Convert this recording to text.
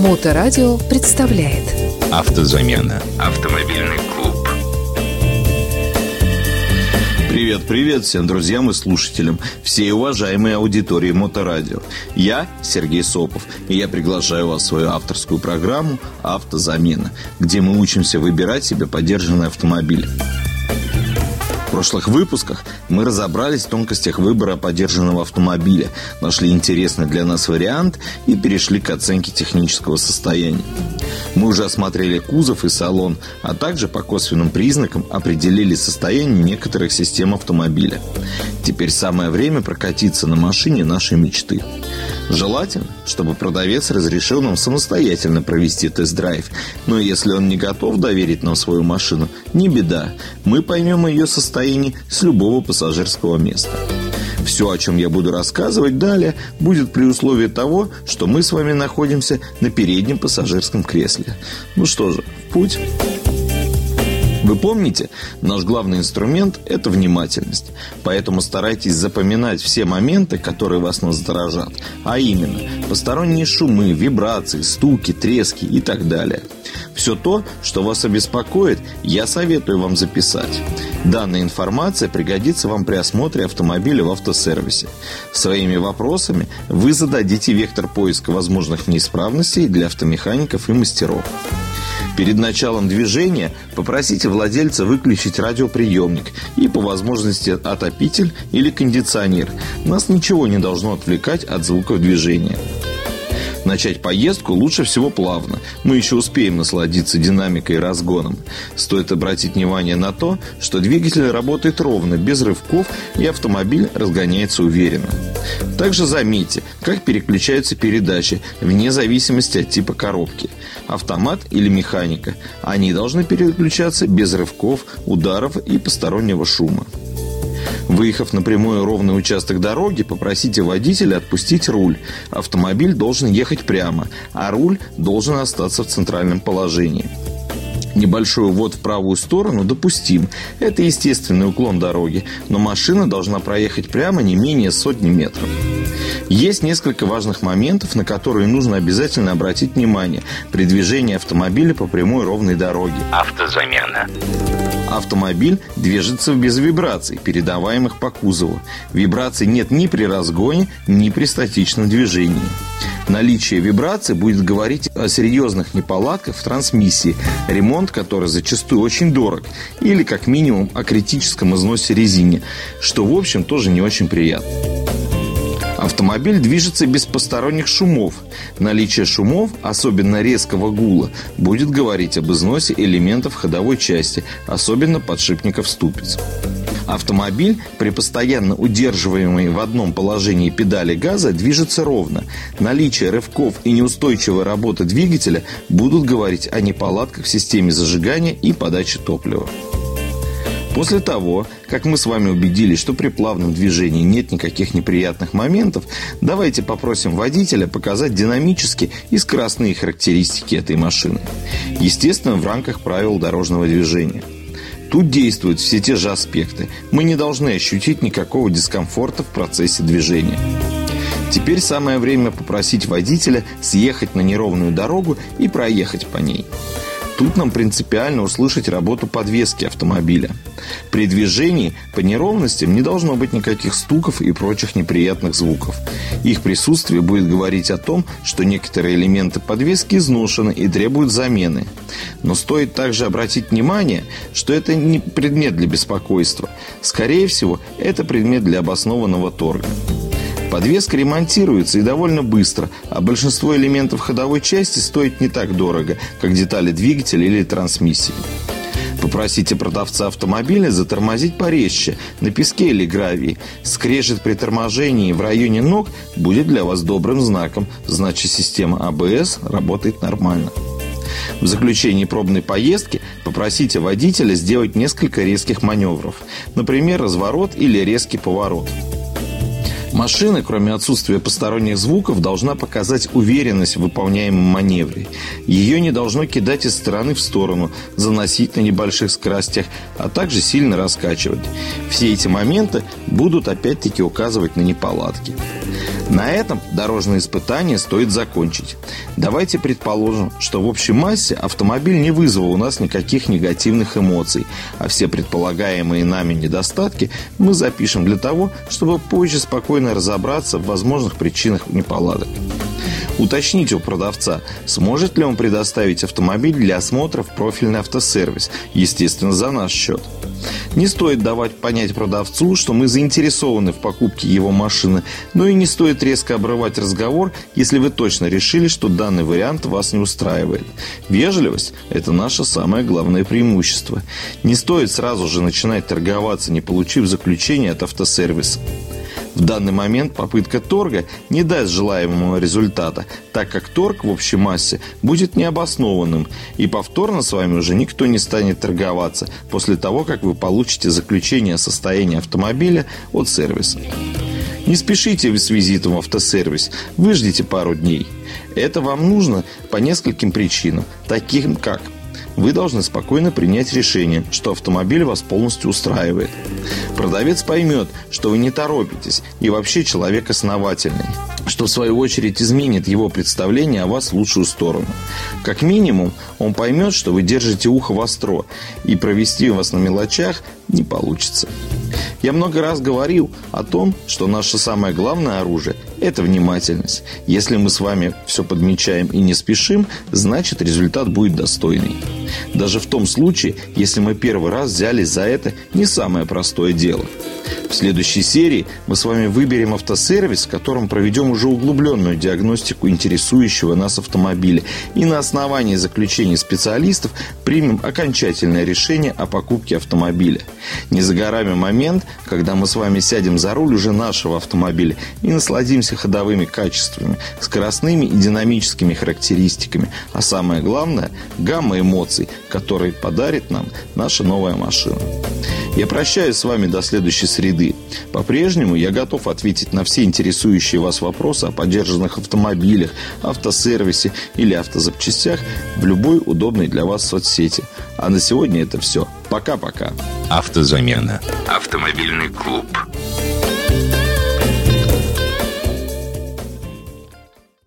Моторадио представляет Автозамена. Автомобильный клуб. Привет всем друзьям и слушателям, всей уважаемой аудитории Моторадио. Я Сергей Сопов, и я приглашаю вас в свою авторскую программу «Автозамена», где мы учимся выбирать себе подержанный автомобиль. В прошлых выпусках мы разобрались в тонкостях выбора подержанного автомобиля, нашли интересный для нас вариант и перешли к оценке технического состояния. Мы уже осмотрели кузов и салон, а также по косвенным признакам определили состояние некоторых систем автомобиля. Теперь самое время прокатиться на машине нашей мечты. Желательно, чтобы продавец разрешил нам самостоятельно провести тест-драйв. Но если он не готов доверить нам свою машину, не беда. Мы поймем ее состояние с любого пассажирского места. Все, о чем я буду рассказывать далее, будет при условии того, что мы с вами находимся на переднем пассажирском кресле. Ну что же, в путь! Вы помните, наш главный инструмент – это внимательность. Поэтому старайтесь запоминать все моменты, которые вас насторожат. А именно, посторонние шумы, вибрации, стуки, трески и так далее. Все то, что вас обеспокоит, я советую вам записать. Данная информация пригодится вам при осмотре автомобиля в автосервисе. Своими вопросами вы зададите вектор поиска возможных неисправностей для автомехаников и мастеров. Перед началом движения попросите владельца выключить радиоприемник и по возможности отопитель или кондиционер. Нас ничего не должно отвлекать от звуков движения. Начать поездку лучше всего плавно. Мы еще успеем насладиться динамикой и разгоном. Стоит обратить внимание на то, что двигатель работает ровно, без рывков, и автомобиль разгоняется уверенно. Также заметьте, как переключаются передачи, вне зависимости от типа коробки. Автомат или механика. Они должны переключаться без рывков, ударов и постороннего шума. Выехав на прямой ровный участок дороги, попросите водителя отпустить руль. Автомобиль должен ехать прямо, а руль должен остаться в центральном положении. Небольшой увод в правую сторону допустим. Это естественный уклон дороги, но машина должна проехать прямо не менее 100 метров. Есть несколько важных моментов, на которые нужно обязательно обратить внимание при движении автомобиля по прямой ровной дороге. Автозамена. Автомобиль движется без вибраций, передаваемых по кузову. Вибраций нет ни при разгоне, ни при статичном движении. Наличие вибраций будет говорить о серьезных неполадках в трансмиссии, ремонт которой зачастую очень дорог, или как минимум о критическом износе резины, что в общем тоже не очень приятно. Автомобиль движется без посторонних шумов. Наличие шумов, особенно резкого гула, будет говорить об износе элементов ходовой части, особенно подшипников ступиц. Автомобиль при постоянно удерживаемой в одном положении педали газа движется ровно. Наличие рывков и неустойчивая работа двигателя будут говорить о неполадках в системе зажигания и подачи топлива. После того, как мы с вами убедились, что при плавном движении нет никаких неприятных моментов, давайте попросим водителя показать динамические и скоростные характеристики этой машины. Естественно, в рамках правил дорожного движения. Тут действуют все те же аспекты. Мы не должны ощутить никакого дискомфорта в процессе движения. Теперь самое время попросить водителя съехать на неровную дорогу и проехать по ней. Тут нам принципиально услышать работу подвески автомобиля. При движении по неровностям не должно быть никаких стуков и прочих неприятных звуков. Их присутствие будет говорить о том, что некоторые элементы подвески изношены и требуют замены. Но стоит также обратить внимание, что это не предмет для беспокойства. Скорее всего, это предмет для обоснованного торга. Подвеска ремонтируется и довольно быстро, а большинство элементов ходовой части стоит не так дорого, как детали двигателя или трансмиссии. Попросите продавца автомобиля затормозить порезче, на песке или гравии. Скрежет при торможении в районе ног будет для вас добрым знаком, значит система АБС работает нормально. В заключении пробной поездки попросите водителя сделать несколько резких маневров, например, разворот или резкий поворот. Машина, кроме отсутствия посторонних звуков, должна показать уверенность в выполняемом маневре. Ее не должно кидать из стороны в сторону, заносить на небольших скоростях, а также сильно раскачивать. Все эти моменты будут опять-таки указывать на неполадки. На этом дорожное испытание стоит закончить. Давайте предположим, что в общей массе автомобиль не вызвал у нас никаких негативных эмоций, а все предполагаемые нами недостатки мы запишем для того, чтобы позже спокойно разобраться в возможных причинах неполадок. Уточните у продавца, сможет ли он предоставить автомобиль для осмотра в профильный автосервис, естественно, за наш счет. Не стоит давать понять продавцу, что мы заинтересованы в покупке его машины, но и не стоит резко обрывать разговор, если вы точно решили, что данный вариант вас не устраивает. Вежливость – это наше самое главное преимущество. Не стоит сразу же начинать торговаться, не получив заключение от автосервиса. В данный момент попытка торга не даст желаемого результата, так как торг в общей массе будет необоснованным, и повторно с вами уже никто не станет торговаться после того, как вы получите заключение о состоянии автомобиля от сервиса. Не спешите с визитом в автосервис, выждите пару дней. Это вам нужно по нескольким причинам, таким как: вы должны спокойно принять решение, что автомобиль вас полностью устраивает. Продавец поймет, что вы не торопитесь и вообще человек основательный, что в свою очередь изменит его представление о вас в лучшую сторону. Как минимум, он поймет, что вы держите ухо востро, и провести вас на мелочах не получится. Я много раз говорил о том, что наше самое главное оружие – это внимательность. Если мы с вами все подмечаем и не спешим, значит результат будет достойный. Даже в том случае, если мы первый раз взялись за это не самое простое дело. В следующей серии мы с вами выберем автосервис, в котором проведем уже углубленную диагностику интересующего нас автомобиля, и на основании заключений специалистов примем окончательное решение о покупке автомобиля. Не за горами момент, когда мы с вами сядем за руль уже нашего автомобиля и насладимся ходовыми качествами, скоростными и динамическими характеристиками, а самое главное – гамма эмоций, которые подарит нам наша новая машина. Я прощаюсь с вами до следующей среды. По-прежнему я готов ответить на все интересующие вас вопросы о подержанных автомобилях, автосервисе или автозапчастях в любой удобной для вас соцсети. А на сегодня это все. Пока-пока. Автозамена. Автомобильный клуб.